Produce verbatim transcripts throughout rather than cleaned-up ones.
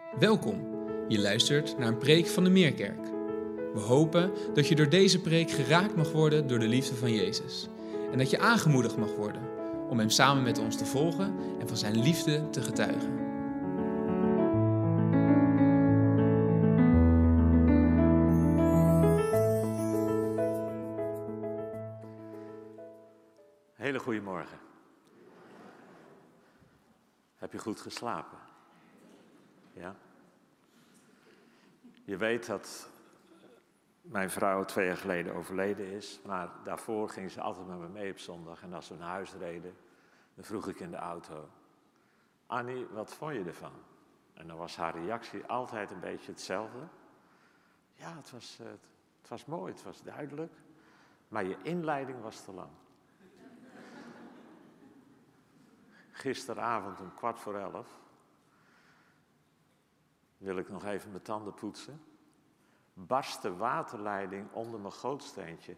Welkom, je luistert naar een preek van de Meerkerk. We hopen dat je door deze preek geraakt mag worden door de liefde van Jezus. En dat je aangemoedigd mag worden om Hem samen met ons te volgen en van Zijn liefde te getuigen. Hele goede morgen. Heb je goed geslapen? Ja? Je weet dat mijn vrouw twee jaar geleden overleden is, maar daarvoor ging ze altijd met me mee op zondag. En als we naar huis reden, dan vroeg ik in de auto: Annie, wat vond je ervan? En dan was haar reactie altijd een beetje hetzelfde. Ja, het was, uh, het was mooi, het was duidelijk, maar je inleiding was te lang. Gisteravond om kwart voor elf wil ik nog even mijn tanden poetsen. Barst de waterleiding onder mijn gootsteentje.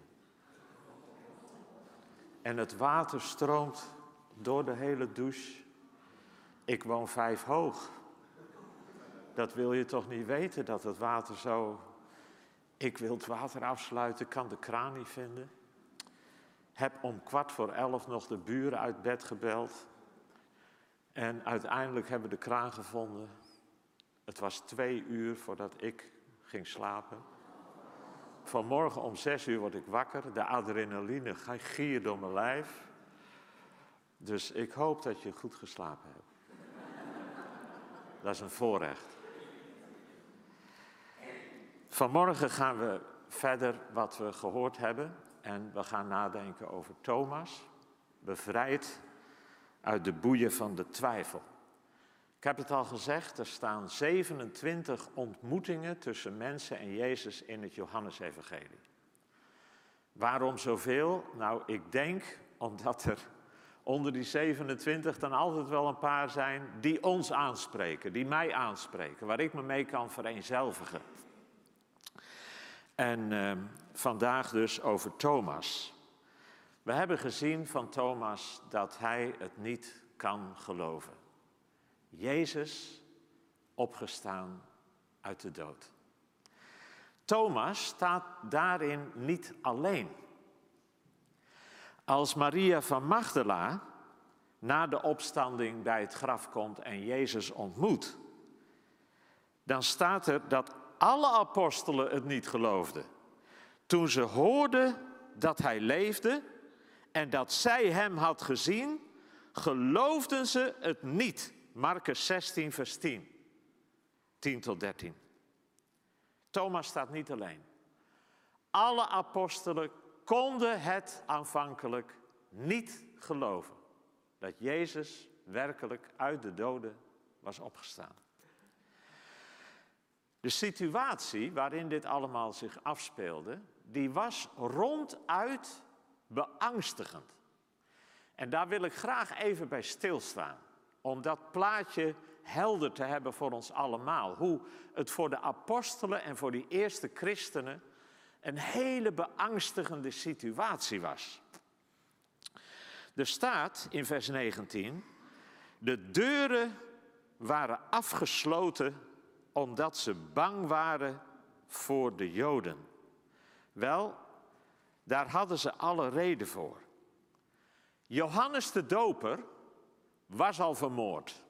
En het water stroomt door de hele douche. Ik woon vijf hoog. Dat wil je toch niet weten, dat het water zo... Ik wil het water afsluiten, kan de kraan niet vinden. Heb om kwart voor elf nog de buren uit bed gebeld. En uiteindelijk hebben we de kraan gevonden. Het was twee uur voordat ik ging slapen. Vanmorgen om zes uur word ik wakker. De adrenaline giert door mijn lijf. Dus ik hoop dat je goed geslapen hebt. Dat is een voorrecht. Vanmorgen gaan we verder wat we gehoord hebben. En we gaan nadenken over Thomas. Bevrijd uit de boeien van de twijfel. Ik heb het al gezegd, er staan zevenentwintig ontmoetingen tussen mensen en Jezus in het Johannesevangelie. Waarom zoveel? Nou, ik denk omdat er onder die zevenentwintig dan altijd wel een paar zijn die ons aanspreken, die mij aanspreken, waar ik me mee kan vereenzelvigen. En uh, vandaag dus over Thomas. We hebben gezien van Thomas dat hij het niet kan geloven. Jezus opgestaan uit de dood. Thomas staat daarin niet alleen. Als Maria van Magdala na de opstanding bij het graf komt en Jezus ontmoet, dan staat er dat alle apostelen het niet geloofden. Toen ze hoorden dat hij leefde en dat zij hem had gezien, geloofden ze het niet. Markus zestien, vers tien. tien tot dertien. Thomas staat niet alleen. Alle apostelen konden het aanvankelijk niet geloven. Dat Jezus werkelijk uit de doden was opgestaan. De situatie waarin dit allemaal zich afspeelde, die was ronduit beangstigend. En daar wil ik graag even bij stilstaan. Om dat plaatje helder te hebben voor ons allemaal. Hoe het voor de apostelen en voor die eerste christenen een hele beangstigende situatie was. Er staat in vers negentien: de deuren waren afgesloten omdat ze bang waren voor de Joden. Wel, daar hadden ze alle reden voor. Johannes de Doper was al vermoord.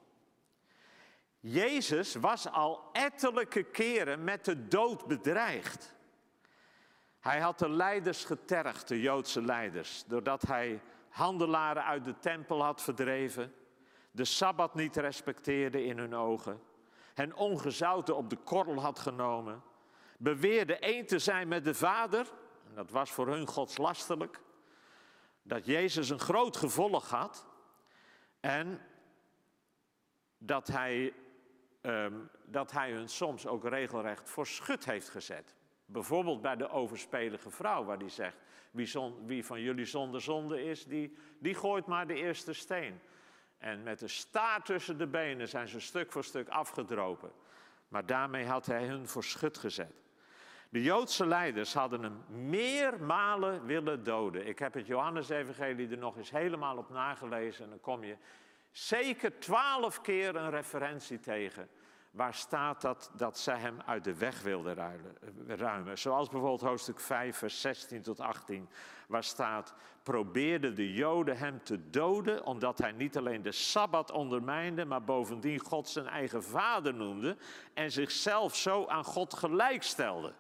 Jezus was al ettelijke keren met de dood bedreigd. Hij had de leiders getergd, de Joodse leiders, doordat hij handelaren uit de tempel had verdreven, de Sabbat niet respecteerde in hun ogen, hen ongezouten op de korrel had genomen, beweerde één te zijn met de Vader, en dat was voor hun godslasterlijk, dat Jezus een groot gevolg had. En dat hij, um, dat hij hun soms ook regelrecht voor schut heeft gezet. Bijvoorbeeld bij de overspelige vrouw, waar hij zegt: wie, zon, wie van jullie zonder zonde is, die, die gooit maar de eerste steen. En met de staart tussen de benen zijn ze stuk voor stuk afgedropen. Maar daarmee had hij hun voor schut gezet. De Joodse leiders hadden hem meermalen willen doden. Ik heb het Johannesevangelie er nog eens helemaal op nagelezen. En dan kom je zeker twaalf keer een referentie tegen waar staat dat, dat zij hem uit de weg wilden ruilen, ruimen. Zoals bijvoorbeeld hoofdstuk vijf, vers zestien tot achttien, waar staat: probeerden de Joden hem te doden, omdat hij niet alleen de Sabbat ondermijnde, maar bovendien God zijn eigen vader noemde en zichzelf zo aan God gelijkstelde.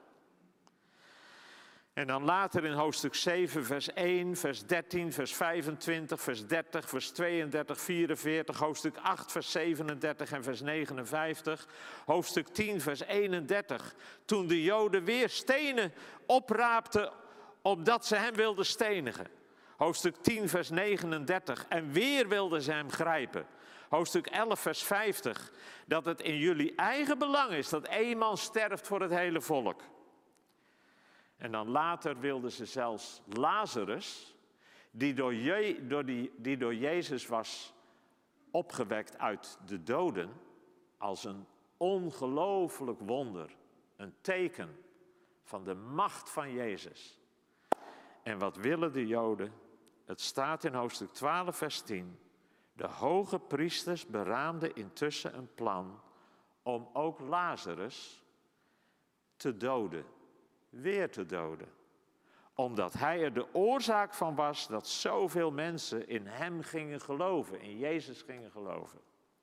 En dan later in hoofdstuk zeven, vers één, vers dertien, vers vijfentwintig, vers dertig, vers tweeëndertig, vierenveertig, hoofdstuk acht, vers zevenendertig en vers negenenvijftig, hoofdstuk tien, vers eenendertig, toen de Joden weer stenen opraapten omdat ze hem wilden stenigen. Hoofdstuk tien, vers negenendertig, en weer wilden ze hem grijpen. Hoofdstuk elf, vers vijftig, dat het in jullie eigen belang is dat één man sterft voor het hele volk. En dan later wilden ze zelfs Lazarus, die door, Je, door die, die door Jezus was opgewekt uit de doden, als een ongelooflijk wonder, een teken van de macht van Jezus. En wat willen de Joden? Het staat in hoofdstuk twaalf, vers tien. De hoge priesters beraamden intussen een plan om ook Lazarus te doden. Weer te doden. Omdat hij er de oorzaak van was dat zoveel mensen in hem gingen geloven, in Jezus gingen geloven.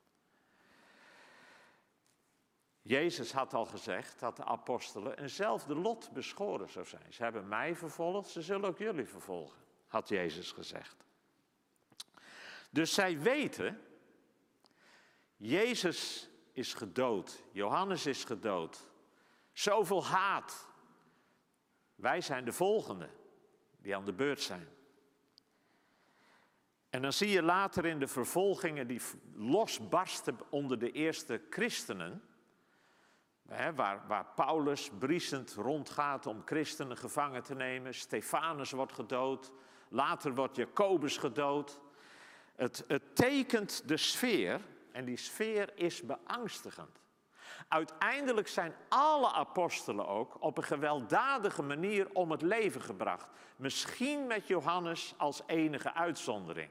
Jezus had al gezegd dat de apostelen eenzelfde lot beschoren zou zijn. Ze hebben mij vervolgd, ze zullen ook jullie vervolgen, had Jezus gezegd. Dus zij weten, Jezus is gedood, Johannes is gedood, zoveel haat. Wij zijn de volgende die aan de beurt zijn. En dan zie je later in de vervolgingen die losbarsten onder de eerste christenen, hè, waar, waar Paulus briesend rondgaat om christenen gevangen te nemen. Stefanus wordt gedood, later wordt Jacobus gedood. Het, het tekent de sfeer en die sfeer is beangstigend. Uiteindelijk zijn alle apostelen ook op een gewelddadige manier om het leven gebracht. Misschien met Johannes als enige uitzondering.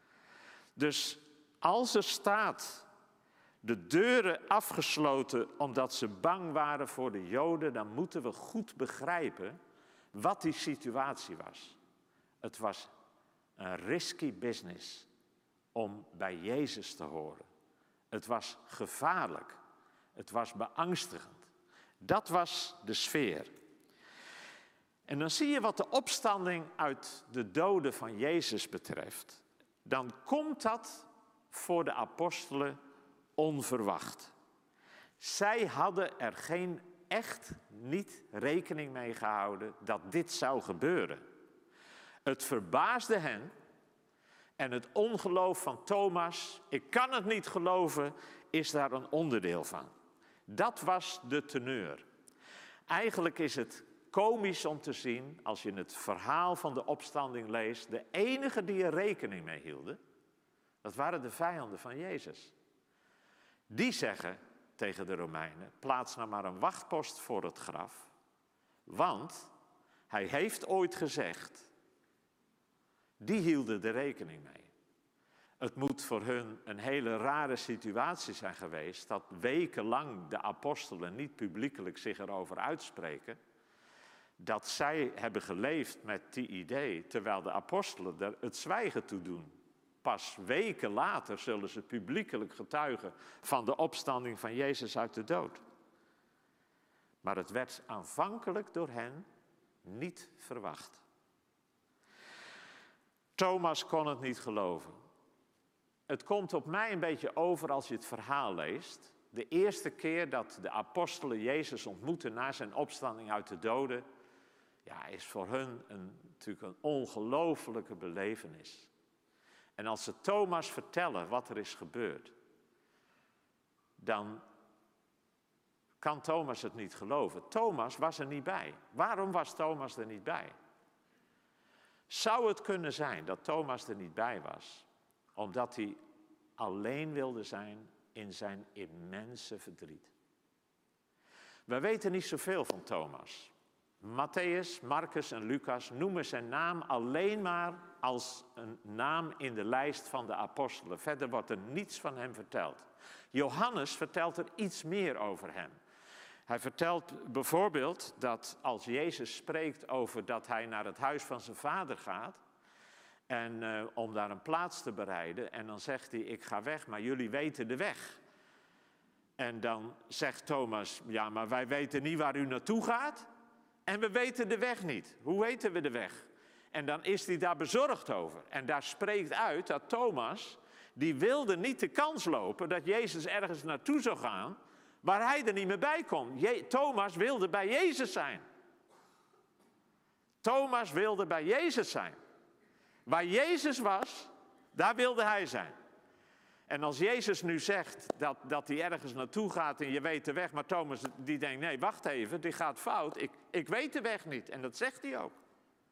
Dus als er staat, de deuren afgesloten omdat ze bang waren voor de Joden, dan moeten we goed begrijpen wat die situatie was. Het was een risky business om bij Jezus te horen. Het was gevaarlijk. Het was beangstigend. Dat was de sfeer. En dan zie je wat de opstanding uit de doden van Jezus betreft. Dan komt dat voor de apostelen onverwacht. Zij hadden er geen echt niet rekening mee gehouden dat dit zou gebeuren. Het verbaasde hen en het ongeloof van Thomas, ik kan het niet geloven, is daar een onderdeel van. Dat was de teneur. Eigenlijk is het komisch om te zien, als je het verhaal van de opstanding leest, de enigen die er rekening mee hielden, dat waren de vijanden van Jezus. Die zeggen tegen de Romeinen, plaats nou maar een wachtpost voor het graf, want hij heeft ooit gezegd, die hielden er rekening mee. Het moet voor hun een hele rare situatie zijn geweest, dat wekenlang de apostelen niet publiekelijk zich erover uitspreken, dat zij hebben geleefd met die idee, terwijl de apostelen er het zwijgen toe doen. Pas weken later zullen ze publiekelijk getuigen van de opstanding van Jezus uit de dood. Maar het werd aanvankelijk door hen niet verwacht. Thomas kon het niet geloven. Het komt op mij een beetje over als je het verhaal leest. De eerste keer dat de apostelen Jezus ontmoeten na zijn opstanding uit de doden, ja, is voor hun een, natuurlijk een ongelofelijke belevenis. En als ze Thomas vertellen wat er is gebeurd, dan kan Thomas het niet geloven. Thomas was er niet bij. Waarom was Thomas er niet bij? Zou het kunnen zijn dat Thomas er niet bij was, omdat hij alleen wilde zijn in zijn immense verdriet? We weten niet zoveel van Thomas. Matthäus, Marcus en Lucas noemen zijn naam alleen maar als een naam in de lijst van de apostelen. Verder wordt er niets van hem verteld. Johannes vertelt er iets meer over hem. Hij vertelt bijvoorbeeld dat als Jezus spreekt over dat hij naar het huis van zijn vader gaat, en uh, om daar een plaats te bereiden, en dan zegt hij, ik ga weg, maar jullie weten de weg. En dan zegt Thomas, ja, maar wij weten niet waar u naartoe gaat. En we weten de weg niet. Hoe weten we de weg? En dan is hij daar bezorgd over. En daar spreekt uit dat Thomas, die wilde niet de kans lopen dat Jezus ergens naartoe zou gaan, waar hij er niet meer bij kon. Je- Thomas wilde bij Jezus zijn. Thomas wilde bij Jezus zijn. Waar Jezus was, daar wilde hij zijn. En als Jezus nu zegt dat, dat hij ergens naartoe gaat en je weet de weg, maar Thomas die denkt, nee, wacht even, dit gaat fout, ik, ik weet de weg niet. En dat zegt hij ook.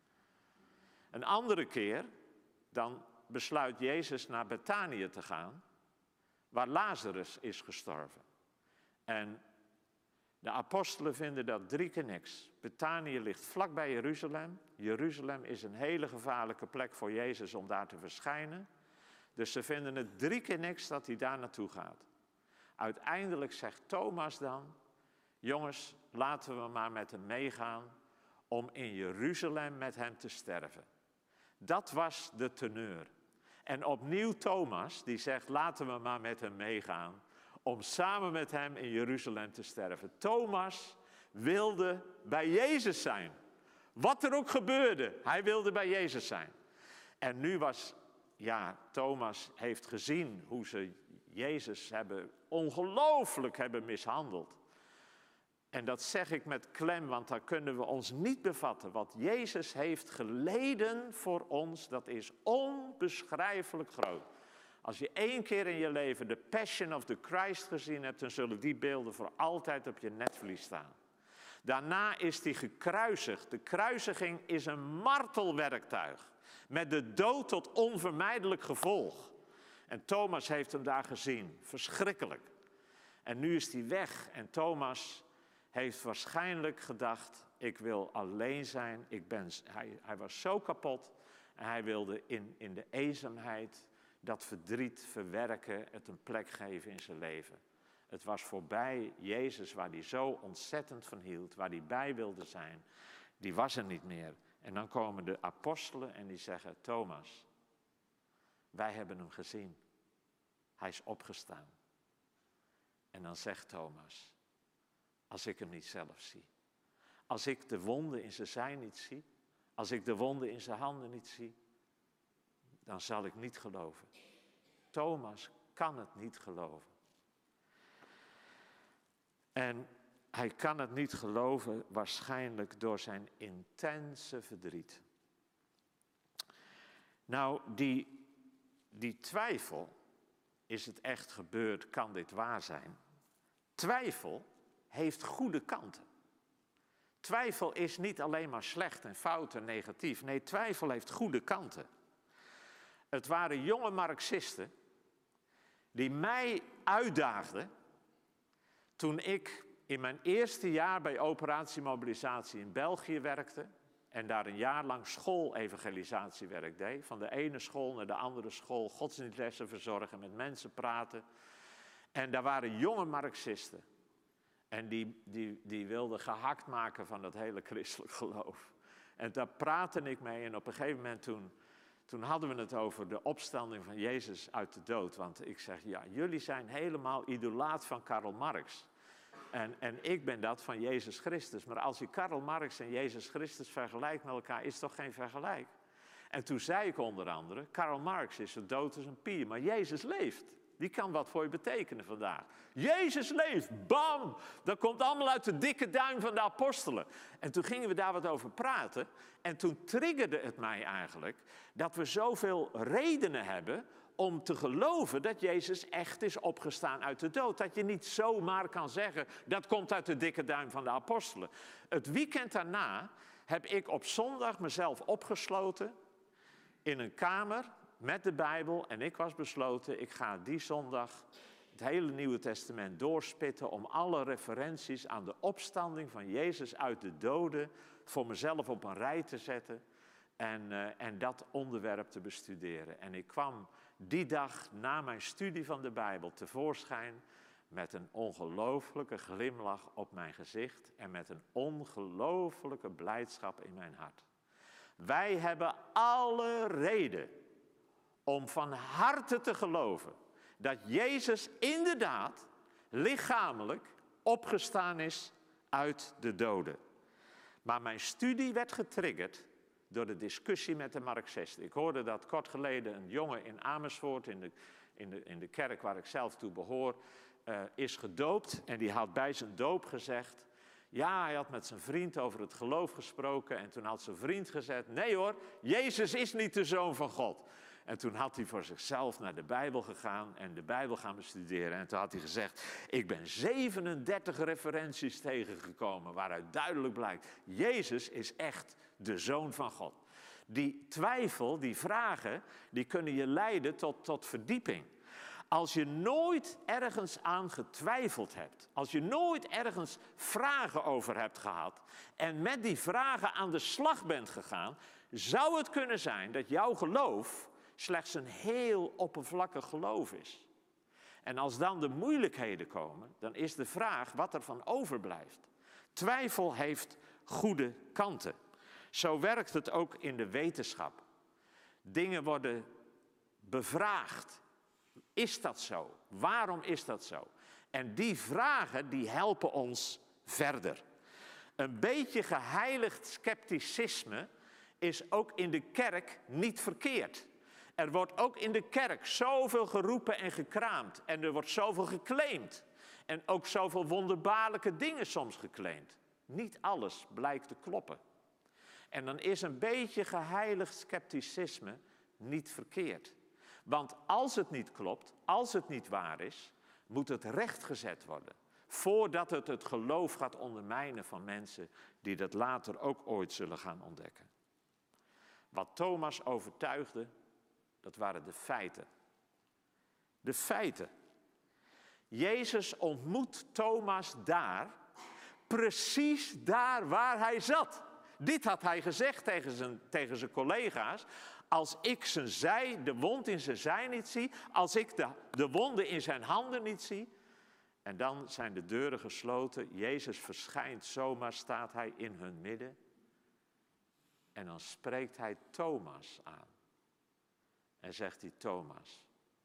Een andere keer, dan besluit Jezus naar Betanië te gaan, waar Lazarus is gestorven. En de apostelen vinden dat drie keer niks. Betanië ligt vlakbij Jeruzalem. Jeruzalem is een hele gevaarlijke plek voor Jezus om daar te verschijnen. Dus ze vinden het drie keer niks dat hij daar naartoe gaat. Uiteindelijk zegt Thomas dan, jongens, laten we maar met hem meegaan om in Jeruzalem met hem te sterven. Dat was de teneur. En opnieuw Thomas, die zegt, laten we maar met hem meegaan om samen met hem in Jeruzalem te sterven. Thomas wilde bij Jezus zijn. Wat er ook gebeurde, hij wilde bij Jezus zijn. En nu was, ja, Thomas heeft gezien hoe ze Jezus hebben ongelooflijk hebben mishandeld. En dat zeg ik met klem, want daar kunnen we ons niet bevatten. Wat Jezus heeft geleden voor ons, dat is onbeschrijfelijk groot. Als je één keer in je leven de Passion of the Christ gezien hebt, dan zullen die beelden voor altijd op je netvlies staan. Daarna is hij gekruisigd. De kruisiging is een martelwerktuig. Met de dood tot onvermijdelijk gevolg. En Thomas heeft hem daar gezien. Verschrikkelijk. En nu is hij weg. En Thomas heeft waarschijnlijk gedacht, ik wil alleen zijn. Ik ben, hij, hij was zo kapot. En hij wilde in, in de eenzaamheid dat verdriet verwerken, het een plek geven in zijn leven. Het was voorbij Jezus, waar hij zo ontzettend van hield, waar hij bij wilde zijn. Die was er niet meer. En dan komen de apostelen en die zeggen, Thomas, wij hebben hem gezien. Hij is opgestaan. En dan zegt Thomas, als ik hem niet zelf zie. Als ik de wonden in zijn zij niet zie. Als ik de wonden in zijn handen niet zie. Dan zal ik niet geloven. Thomas kan het niet geloven. En hij kan het niet geloven waarschijnlijk door zijn intense verdriet. Nou, die, die twijfel, is het echt gebeurd, kan dit waar zijn? Twijfel heeft goede kanten. Twijfel is niet alleen maar slecht en fout en negatief. Nee, twijfel heeft goede kanten. Het waren jonge Marxisten die mij uitdaagden toen ik in mijn eerste jaar bij Operatie Mobilisatie in België werkte en daar een jaar lang schoolevangelisatie-werk deed. Van de ene school naar de andere school, godsdienstlessen verzorgen, met mensen praten. En daar waren jonge Marxisten. En die, die, die wilden gehakt maken van dat hele christelijk geloof. En daar praatte ik mee en op een gegeven moment toen, toen hadden we het over de opstanding van Jezus uit de dood. Want ik zeg, ja, jullie zijn helemaal idolaat van Karl Marx. En, en ik ben dat van Jezus Christus. Maar als je Karl Marx en Jezus Christus vergelijkt met elkaar, is het toch geen vergelijk? En toen zei ik onder andere, Karl Marx is zo dood als een pier, maar Jezus leeft. Die kan wat voor je betekenen vandaag. Jezus leeft, bam! Dat komt allemaal uit de dikke duim van de apostelen. En toen gingen we daar wat over praten. En toen triggerde het mij eigenlijk dat we zoveel redenen hebben om te geloven dat Jezus echt is opgestaan uit de dood. Dat je niet zomaar kan zeggen, dat komt uit de dikke duim van de apostelen. Het weekend daarna heb ik op zondag mezelf opgesloten in een kamer met de Bijbel. En ik was besloten, ik ga die zondag het hele Nieuwe Testament doorspitten om alle referenties aan de opstanding van Jezus uit de doden voor mezelf op een rij te zetten en, uh, en dat onderwerp te bestuderen. En ik kwam die dag na mijn studie van de Bijbel tevoorschijn met een ongelooflijke glimlach op mijn gezicht en met een ongelooflijke blijdschap in mijn hart. Wij hebben alle reden om van harte te geloven dat Jezus inderdaad lichamelijk opgestaan is uit de doden. Maar mijn studie werd getriggerd door de discussie met de Marxisten. Ik hoorde dat kort geleden een jongen in Amersfoort, in de, in de, in de kerk waar ik zelf toe behoor, uh, is gedoopt. En die had bij zijn doop gezegd, ja, hij had met zijn vriend over het geloof gesproken. En toen had zijn vriend gezegd, nee hoor, Jezus is niet de Zoon van God. En toen had hij voor zichzelf naar de Bijbel gegaan en de Bijbel gaan bestuderen. En toen had hij gezegd, ik ben zevenendertig referenties tegengekomen waaruit duidelijk blijkt, Jezus is echt de Zoon van God. Die twijfel, die vragen, die kunnen je leiden tot, tot verdieping. Als je nooit ergens aan getwijfeld hebt, als je nooit ergens vragen over hebt gehad en met die vragen aan de slag bent gegaan, zou het kunnen zijn dat jouw geloof slechts een heel oppervlakkig geloof is. En als dan de moeilijkheden komen, dan is de vraag wat er van overblijft. Twijfel heeft goede kanten. Zo werkt het ook in de wetenschap. Dingen worden bevraagd. Is dat zo? Waarom is dat zo? En die vragen die helpen ons verder. Een beetje geheiligd scepticisme is ook in de kerk niet verkeerd. Er wordt ook in de kerk zoveel geroepen en gekraamd. En er wordt zoveel geclaimd. En ook zoveel wonderbaarlijke dingen soms geclaimd. Niet alles blijkt te kloppen. En dan is een beetje geheiligd scepticisme niet verkeerd. Want als het niet klopt, als het niet waar is, moet het rechtgezet worden. Voordat het het geloof gaat ondermijnen van mensen die dat later ook ooit zullen gaan ontdekken. Wat Thomas overtuigde, dat waren de feiten. De feiten. Jezus ontmoet Thomas daar, precies daar waar hij zat. Dit had hij gezegd tegen zijn, tegen zijn collega's. Als ik zijn zij, de wond in zijn zij niet zie, als ik de, de wonden in zijn handen niet zie. En dan zijn de deuren gesloten. Jezus verschijnt zomaar, staat hij in hun midden. En dan spreekt hij Thomas aan. En zegt hij, Thomas.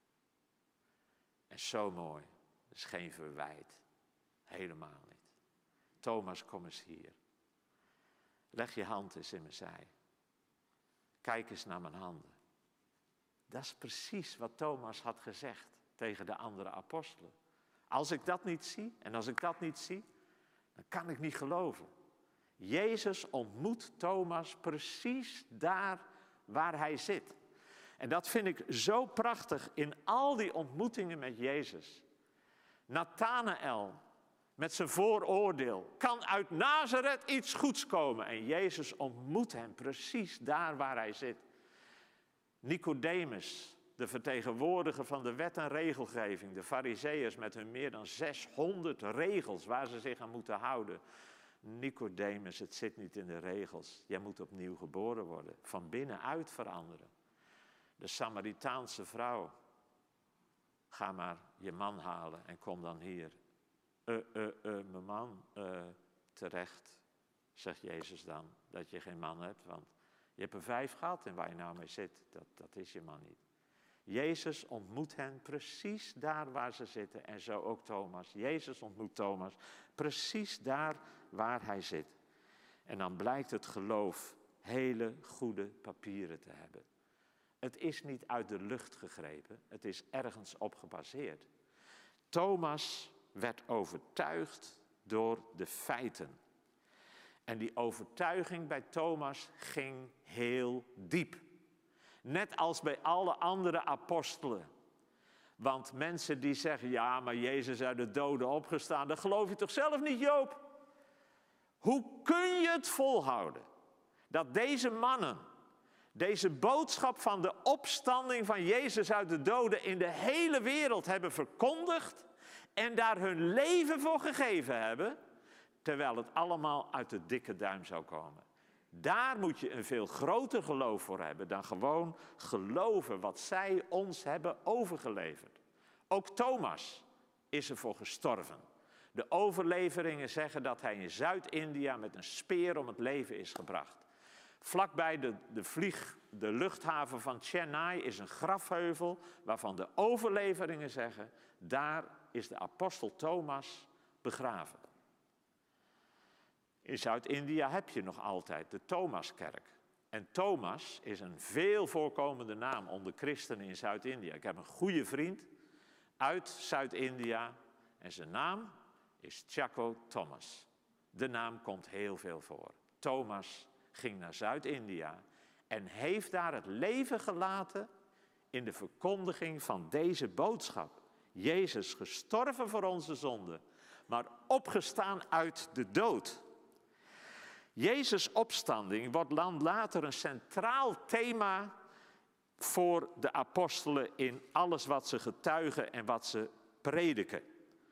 En zo mooi, dat is geen verwijt. Helemaal niet. Thomas, kom eens hier. Leg je hand eens in mijn zij. Kijk eens naar mijn handen. Dat is precies wat Thomas had gezegd tegen de andere apostelen. Als ik dat niet zie, en als ik dat niet zie, dan kan ik niet geloven. Jezus ontmoet Thomas precies daar waar hij zit. En dat vind ik zo prachtig in al die ontmoetingen met Jezus. Nathanael, met zijn vooroordeel, kan uit Nazareth iets goeds komen. En Jezus ontmoet hem precies daar waar hij zit. Nicodemus, de vertegenwoordiger van de wet en regelgeving. De Farizeeërs met hun meer dan zeshonderd regels waar ze zich aan moeten houden. Nicodemus, het zit niet in de regels. Jij moet opnieuw geboren worden. Van binnenuit veranderen. De Samaritaanse vrouw. Ga maar je man halen en kom dan hier. Uh, uh, uh, mijn man, uh, terecht, zegt Jezus dan, dat je geen man hebt. Want je hebt er vijf gehad en waar je nou mee zit, dat, dat is je man niet. Jezus ontmoet hen precies daar waar ze zitten. En zo ook Thomas. Jezus ontmoet Thomas precies daar waar hij zit. En dan blijkt het geloof hele goede papieren te hebben. Het is niet uit de lucht gegrepen. Het is ergens op gebaseerd. Thomas werd overtuigd door de feiten. En die overtuiging bij Thomas ging heel diep. Net als bij alle andere apostelen. Want mensen die zeggen, ja, maar Jezus uit de doden opgestaan, dat geloof je toch zelf niet, Joop? Hoe kun je het volhouden dat deze mannen, deze boodschap van de opstanding van Jezus uit de doden in de hele wereld hebben verkondigd en daar hun leven voor gegeven hebben, terwijl het allemaal uit de dikke duim zou komen. Daar moet je een veel groter geloof voor hebben dan gewoon geloven wat zij ons hebben overgeleverd. Ook Thomas is ervoor gestorven. De overleveringen zeggen dat hij in Zuid-India met een speer om het leven is gebracht. Vlakbij de, de, vlieg, de luchthaven van Chennai is een grafheuvel waarvan de overleveringen zeggen, daar is de apostel Thomas begraven. In Zuid-India heb je nog altijd de Thomaskerk. En Thomas is een veel voorkomende naam onder christenen in Zuid-India. Ik heb een goede vriend uit Zuid-India en zijn naam is Chaco Thomas. De naam komt heel veel voor. Thomas ging naar Zuid-India en heeft daar het leven gelaten in de verkondiging van deze boodschap. Jezus gestorven voor onze zonden, maar opgestaan uit de dood. Jezus' opstanding wordt dan later een centraal thema voor de apostelen in alles wat ze getuigen en wat ze prediken.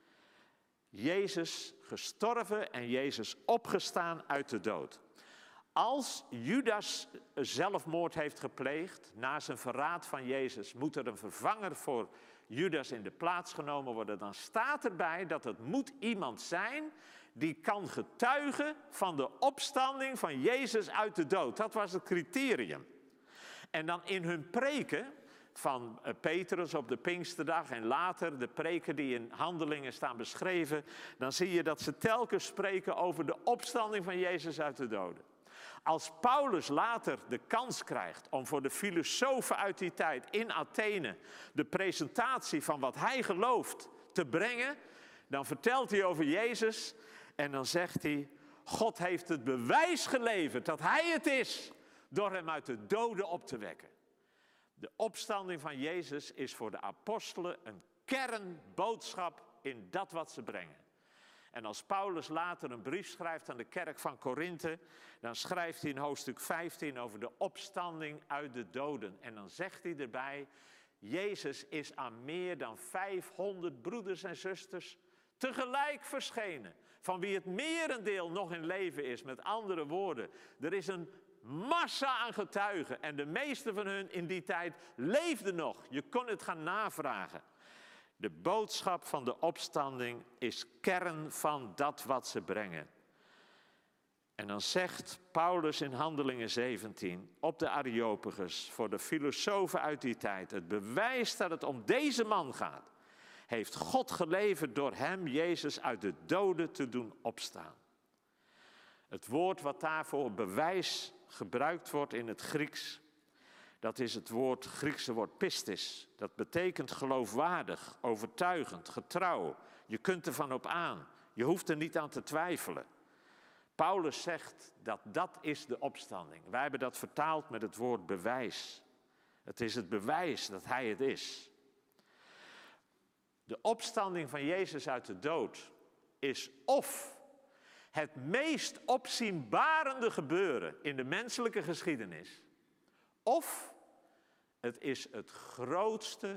Jezus gestorven en Jezus opgestaan uit de dood. Als Judas zelfmoord heeft gepleegd na zijn verraad van Jezus, moet er een vervanger voor Judas in de plaats genomen worden. Dan staat erbij dat het moet iemand zijn die kan getuigen van de opstanding van Jezus uit de dood. Dat was het criterium. En dan in hun preken van Petrus op de Pinksterdag en later de preken die in Handelingen staan beschreven, dan zie je dat ze telkens spreken over de opstanding van Jezus uit de doden. Als Paulus later de kans krijgt om voor de filosofen uit die tijd in Athene de presentatie van wat hij gelooft te brengen, dan vertelt hij over Jezus en dan zegt hij, God heeft het bewijs geleverd dat hij het is door hem uit de doden op te wekken. De opstanding van Jezus is voor de apostelen een kernboodschap in dat wat ze brengen. En als Paulus later een brief schrijft aan de kerk van Korinthe, dan schrijft hij in hoofdstuk vijftien over de opstanding uit de doden. En dan zegt hij erbij, Jezus is aan meer dan vijfhonderd broeders en zusters tegelijk verschenen, van wie het merendeel nog in leven is. Met andere woorden, er is een massa aan getuigen en de meeste van hun in die tijd leefden nog. Je kon het gaan navragen. De boodschap van de opstanding is kern van dat wat ze brengen. En dan zegt Paulus in Handelingen zeventien op de Areopagus voor de filosofen uit die tijd, het bewijs dat het om deze man gaat, heeft God geleverd door hem, Jezus, uit de doden te doen opstaan. Het woord wat daarvoor bewijs gebruikt wordt in het Grieks, dat is het woord, Griekse woord pistis. Dat betekent geloofwaardig, overtuigend, getrouw. Je kunt ervan op aan. Je hoeft er niet aan te twijfelen. Paulus zegt dat dat is de opstanding. Wij hebben dat vertaald met het woord bewijs. Het is het bewijs dat hij het is. De opstanding van Jezus uit de dood is of het meest opzienbarende gebeuren in de menselijke geschiedenis, of het is het grootste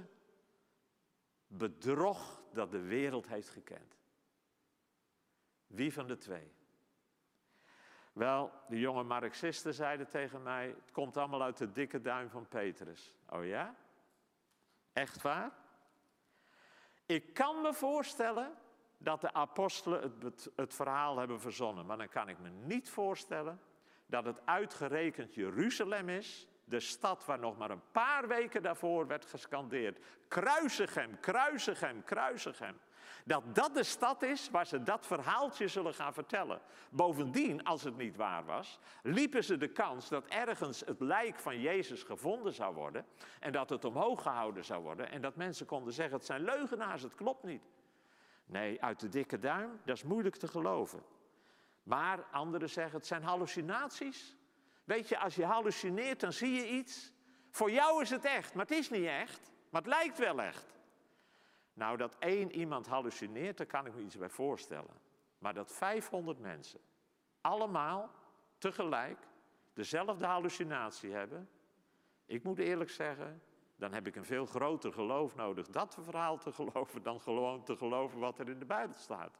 bedrog dat de wereld heeft gekend. Wie van de twee? Wel, de jonge Marxisten zeiden tegen mij, het komt allemaal uit de dikke duim van Petrus. Oh ja? Echt waar? Ik kan me voorstellen dat de apostelen het, het, het verhaal hebben verzonnen, maar dan kan ik me niet voorstellen dat het uitgerekend Jeruzalem is, de stad waar nog maar een paar weken daarvoor werd gescandeerd, kruisig hem, kruisig hem, kruisig hem. Dat dat de stad is waar ze dat verhaaltje zullen gaan vertellen. Bovendien, als het niet waar was, liepen ze de kans dat ergens het lijk van Jezus gevonden zou worden en dat het omhoog gehouden zou worden en dat mensen konden zeggen, het zijn leugenaars, het klopt niet. Nee, uit de dikke duim, dat is moeilijk te geloven. Maar anderen zeggen, het zijn hallucinaties. Weet je, als je hallucineert, dan zie je iets. Voor jou is het echt, maar het is niet echt. Maar het lijkt wel echt. Nou, dat één iemand hallucineert, daar kan ik me iets bij voorstellen. Maar dat vijfhonderd mensen allemaal tegelijk dezelfde hallucinatie hebben, Ik moet eerlijk zeggen, dan heb ik een veel groter geloof nodig dat verhaal te geloven dan gewoon te geloven wat er in de Bijbel staat.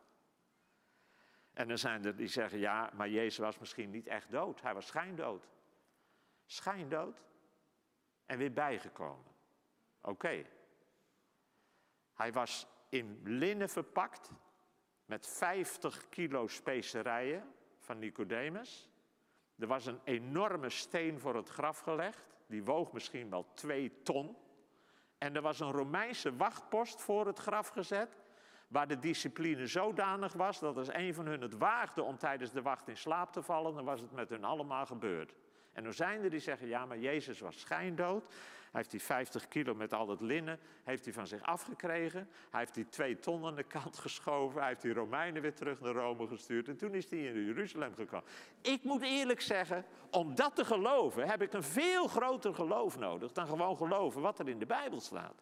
En dan zijn er die zeggen, ja, maar Jezus was misschien niet echt dood. Hij was schijndood. Schijndood en weer bijgekomen. Oké. Okay. Hij was in linnen verpakt met vijftig kilo specerijen van Nicodemus. Er was een enorme steen voor het graf gelegd. Die woog misschien wel twee ton. En er was een Romeinse wachtpost voor het graf gezet, waar de discipline zodanig was dat als een van hun het waagde om tijdens de wacht in slaap te vallen, dan was het met hun allemaal gebeurd. En er zijn er die zeggen, ja, maar Jezus was schijndood. Hij heeft die vijftig kilo met al het linnen, heeft hij van zich afgekregen. Hij heeft die twee ton aan de kant geschoven. Hij heeft die Romeinen weer terug naar Rome gestuurd. En toen is hij in Jeruzalem gekomen. Ik moet eerlijk zeggen, om dat te geloven, heb ik een veel groter geloof nodig dan gewoon geloven wat er in de Bijbel staat.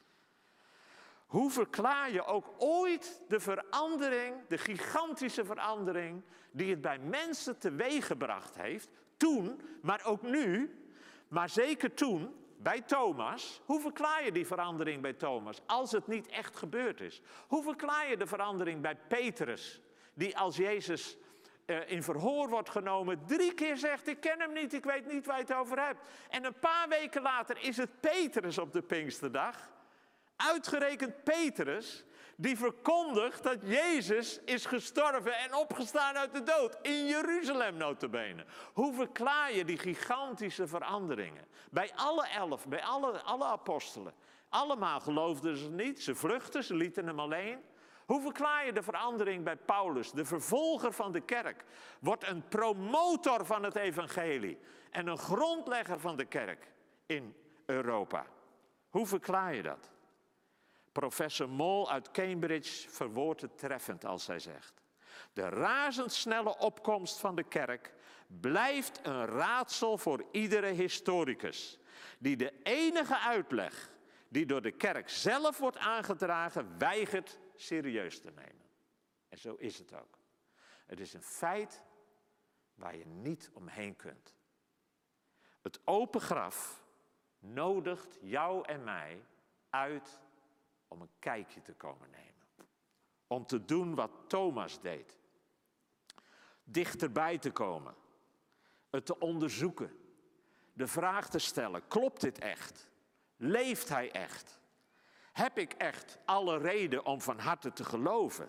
Hoe verklaar je ook ooit de verandering, de gigantische verandering, die het bij mensen teweeggebracht heeft, toen, maar ook nu, maar zeker toen, bij Thomas. Hoe verklaar je die verandering bij Thomas, als het niet echt gebeurd is? Hoe verklaar je de verandering bij Petrus, die als Jezus uh, in verhoor wordt genomen, drie keer zegt, ik ken hem niet, ik weet niet waar je het over hebt. En een paar weken later is het Petrus op de Pinksterdag, uitgerekend Petrus, die verkondigt dat Jezus is gestorven en opgestaan uit de dood. In Jeruzalem nota bene. Hoe verklaar je die gigantische veranderingen? Bij alle elf, bij alle, alle apostelen. Allemaal geloofden ze niet, ze vluchtten, ze lieten hem alleen. Hoe verklaar je de verandering bij Paulus, de vervolger van de kerk? Wordt een promotor van het evangelie en een grondlegger van de kerk in Europa. Hoe verklaar je dat? Professor Moll uit Cambridge verwoordt het treffend als hij zegt: de razendsnelle opkomst van de kerk blijft een raadsel voor iedere historicus, die de enige uitleg die door de kerk zelf wordt aangedragen weigert serieus te nemen. En zo is het ook. Het is een feit waar je niet omheen kunt. Het open graf nodigt jou en mij uit om een kijkje te komen nemen. Om te doen wat Thomas deed. Dichterbij te komen. Het te onderzoeken. De vraag te stellen, klopt dit echt? Leeft hij echt? Heb ik echt alle reden om van harte te geloven?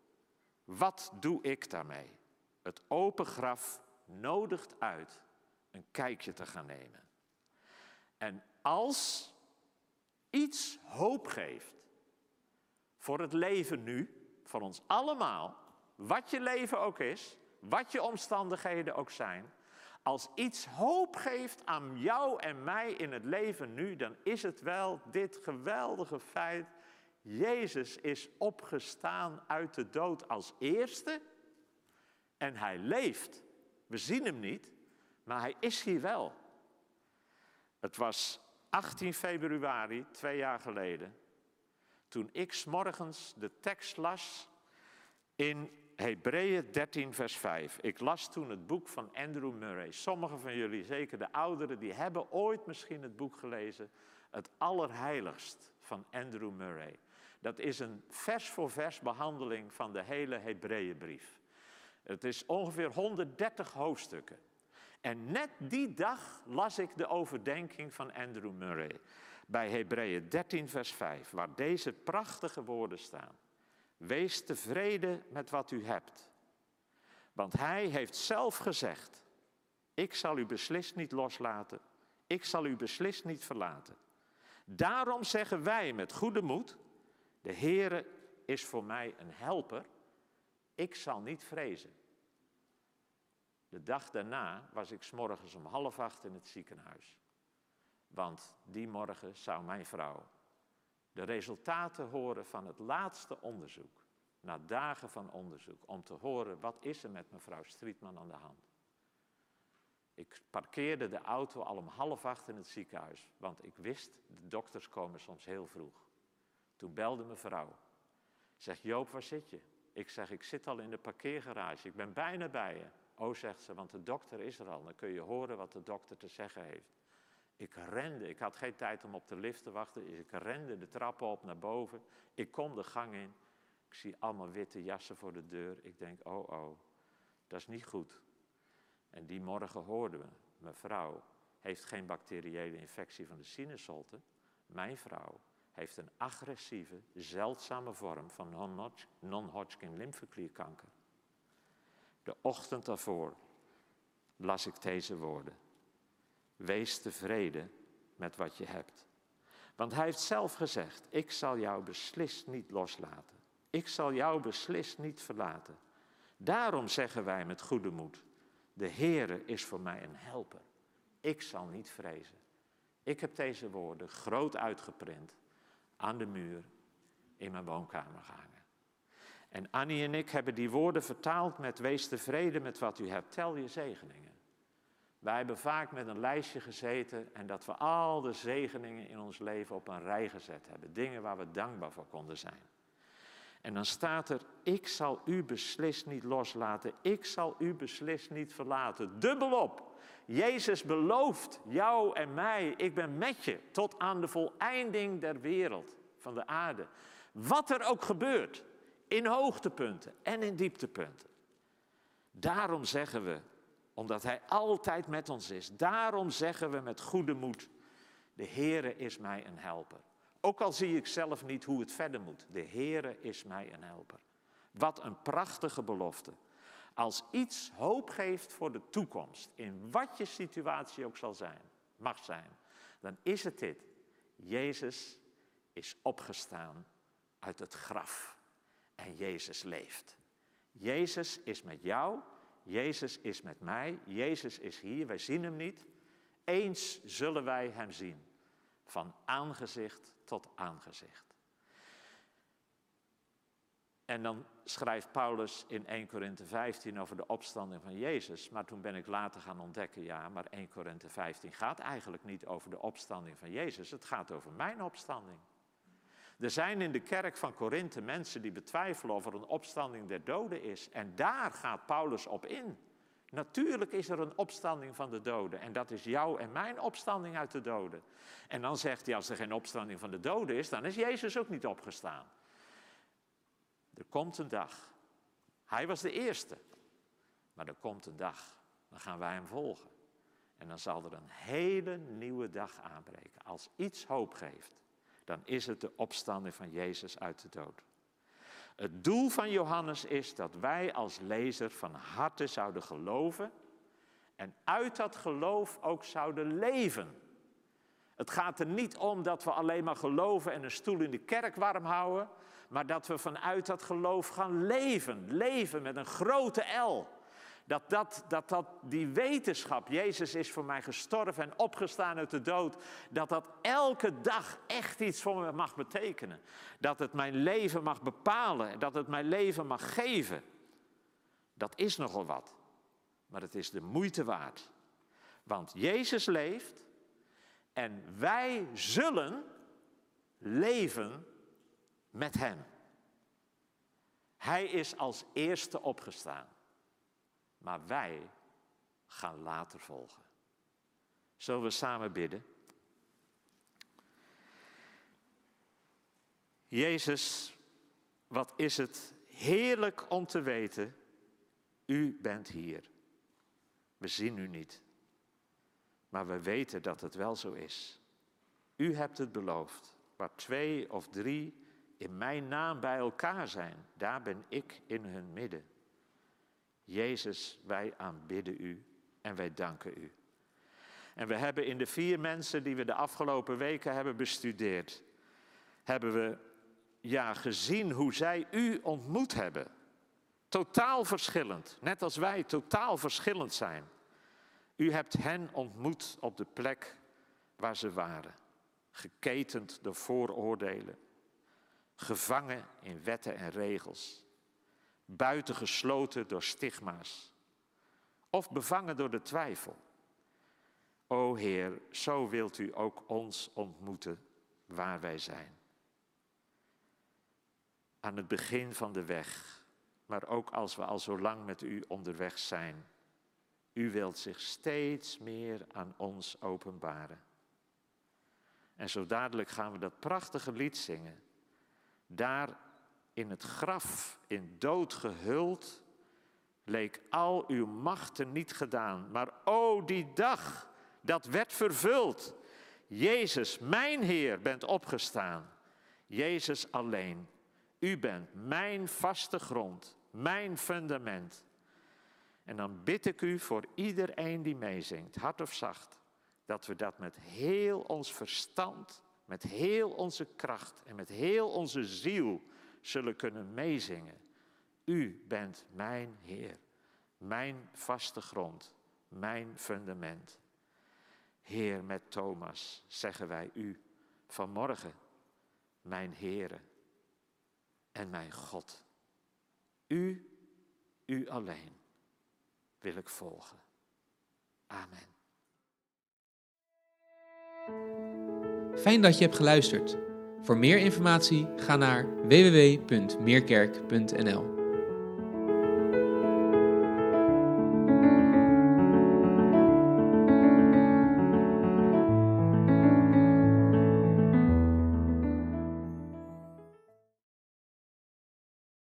Wat doe ik daarmee? Het open graf nodigt uit een kijkje te gaan nemen. En als iets hoop geeft voor het leven nu, voor ons allemaal, wat je leven ook is, wat je omstandigheden ook zijn, als iets hoop geeft aan jou en mij in het leven nu, dan is het wel dit geweldige feit: Jezus is opgestaan uit de dood als eerste en hij leeft. We zien hem niet, maar hij is hier wel. Het was achttien februari, twee jaar geleden, toen ik 's morgens de tekst las in Hebreeën dertien vers vijf. Ik las toen het boek van Andrew Murray. Sommigen van jullie, zeker de ouderen, die hebben ooit misschien het boek gelezen, Het Allerheiligst van Andrew Murray. Dat is een vers voor vers behandeling van de hele Hebreeënbrief. Het is ongeveer honderddertig hoofdstukken. En net die dag las ik de overdenking van Andrew Murray bij Hebreeën dertien vers vijf, waar deze prachtige woorden staan. Wees tevreden met wat u hebt. Want hij heeft zelf gezegd: ik zal u beslist niet loslaten, ik zal u beslist niet verlaten. Daarom zeggen wij met goede moed: de Heere is voor mij een helper, ik zal niet vrezen. De dag daarna was ik 's morgens om half acht in het ziekenhuis. Want die morgen zou mijn vrouw de resultaten horen van het laatste onderzoek. Na dagen van onderzoek. Om te horen, wat is er met mevrouw Strietman aan de hand. Ik parkeerde de auto al om half acht in het ziekenhuis. Want ik wist, de dokters komen soms heel vroeg. Toen belde mevrouw. Zegt: Joop, waar zit je? Ik zeg: ik zit al in de parkeergarage. Ik ben bijna bij je. Oh, zegt ze, want de dokter is er al. Dan kun je horen wat de dokter te zeggen heeft. Ik rende, ik had geen tijd om op de lift te wachten. Dus ik rende de trappen op naar boven. Ik kom de gang in. Ik zie allemaal witte jassen voor de deur. Ik denk, oh oh, dat is niet goed. En die morgen hoorden we, mevrouw heeft geen bacteriële infectie van de sinusholte. Mijn vrouw heeft een agressieve, zeldzame vorm van non-Hodgkin lymfeklierkanker. De ochtend daarvoor las ik deze woorden. Wees tevreden met wat je hebt. Want hij heeft zelf gezegd, ik zal jou beslist niet loslaten. Ik zal jou beslist niet verlaten. Daarom zeggen wij met goede moed, de Heere is voor mij een helper. Ik zal niet vrezen. Ik heb deze woorden groot uitgeprint aan de muur in mijn woonkamer gehangen. En Annie en ik hebben die woorden vertaald met wees tevreden met wat u hebt, tel je zegeningen. Wij hebben vaak met een lijstje gezeten en dat we al de zegeningen in ons leven op een rij gezet hebben. Dingen waar we dankbaar voor konden zijn. En dan staat er, ik zal u beslist niet loslaten, ik zal u beslist niet verlaten. Dubbelop. Jezus belooft jou en mij, ik ben met je tot aan de voleinding der wereld, van de aarde. Wat er ook gebeurt, in hoogtepunten en in dieptepunten. Daarom zeggen we, omdat hij altijd met ons is, daarom zeggen we met goede moed, de Heere is mij een helper. Ook al zie ik zelf niet hoe het verder moet, de Heere is mij een helper. Wat een prachtige belofte. Als iets hoop geeft voor de toekomst, in wat je situatie ook zal zijn, mag zijn, dan is het dit. Jezus is opgestaan uit het graf en Jezus leeft. Jezus is met jou, Jezus is met mij, Jezus is hier, wij zien hem niet. Eens zullen wij hem zien, van aangezicht tot aangezicht. En dan schrijft Paulus in Eerste Korinthe vijftien over de opstanding van Jezus. Maar toen ben ik later gaan ontdekken, ja, maar Eerste Korinthe vijftien gaat eigenlijk niet over de opstanding van Jezus. Het gaat over mijn opstanding. Er zijn in de kerk van Korinthe mensen die betwijfelen of er een opstanding der doden is. En daar gaat Paulus op in. Natuurlijk is er een opstanding van de doden. En dat is jouw en mijn opstanding uit de doden. En dan zegt hij, als er geen opstanding van de doden is, dan is Jezus ook niet opgestaan. Er komt een dag. Hij was de eerste. Maar er komt een dag. Dan gaan wij hem volgen. En dan zal er een hele nieuwe dag aanbreken. Als iets hoop geeft, dan is het de opstanding van Jezus uit de dood. Het doel van Johannes is dat wij als lezer van harte zouden geloven en uit dat geloof ook zouden leven. Het gaat er niet om dat we alleen maar geloven en een stoel in de kerk warm houden, maar dat we vanuit dat geloof gaan leven. Leven met een grote L. Dat, dat, dat, dat die wetenschap, Jezus is voor mij gestorven en opgestaan uit de dood, dat dat elke dag echt iets voor me mag betekenen. Dat het mijn leven mag bepalen, dat het mijn leven mag geven. Dat is nogal wat, maar het is de moeite waard. Want Jezus leeft en wij zullen leven met hem. Hij is als eerste opgestaan. Maar wij gaan later volgen. Zullen we samen bidden? Jezus, wat is het heerlijk om te weten, u bent hier. We zien u niet, maar we weten dat het wel zo is. U hebt het beloofd, waar twee of drie in mijn naam bij elkaar zijn, daar ben ik in hun midden. Jezus, wij aanbidden u en wij danken u. En we hebben in de vier mensen die we de afgelopen weken hebben bestudeerd, hebben we ja, gezien hoe zij u ontmoet hebben. Totaal verschillend, net als wij totaal verschillend zijn. U hebt hen ontmoet op de plek waar ze waren. Geketend door vooroordelen. Gevangen in wetten en regels. Buitengesloten door stigma's. Of bevangen door de twijfel. O Heer, zo wilt u ook ons ontmoeten waar wij zijn. Aan het begin van de weg, maar ook als we al zo lang met u onderweg zijn. U wilt zich steeds meer aan ons openbaren. En zo dadelijk gaan we dat prachtige lied zingen. Daar in het graf, in dood gehuld, leek al uw machten niet gedaan. Maar o, die dag, dat werd vervuld. Jezus, mijn Heer, bent opgestaan. Jezus alleen. U bent mijn vaste grond, mijn fundament. En dan bid ik u voor iedereen die meezingt, hard of zacht, dat we dat met heel ons verstand, met heel onze kracht en met heel onze ziel zullen kunnen meezingen. U bent mijn Heer, mijn vaste grond, mijn fundament. Heer, met Thomas zeggen wij u vanmorgen, mijn Heere en mijn God. U, u alleen wil ik volgen. Amen. Fijn dat je hebt geluisterd. Voor meer informatie ga naar w w w punt meerkerk punt n l.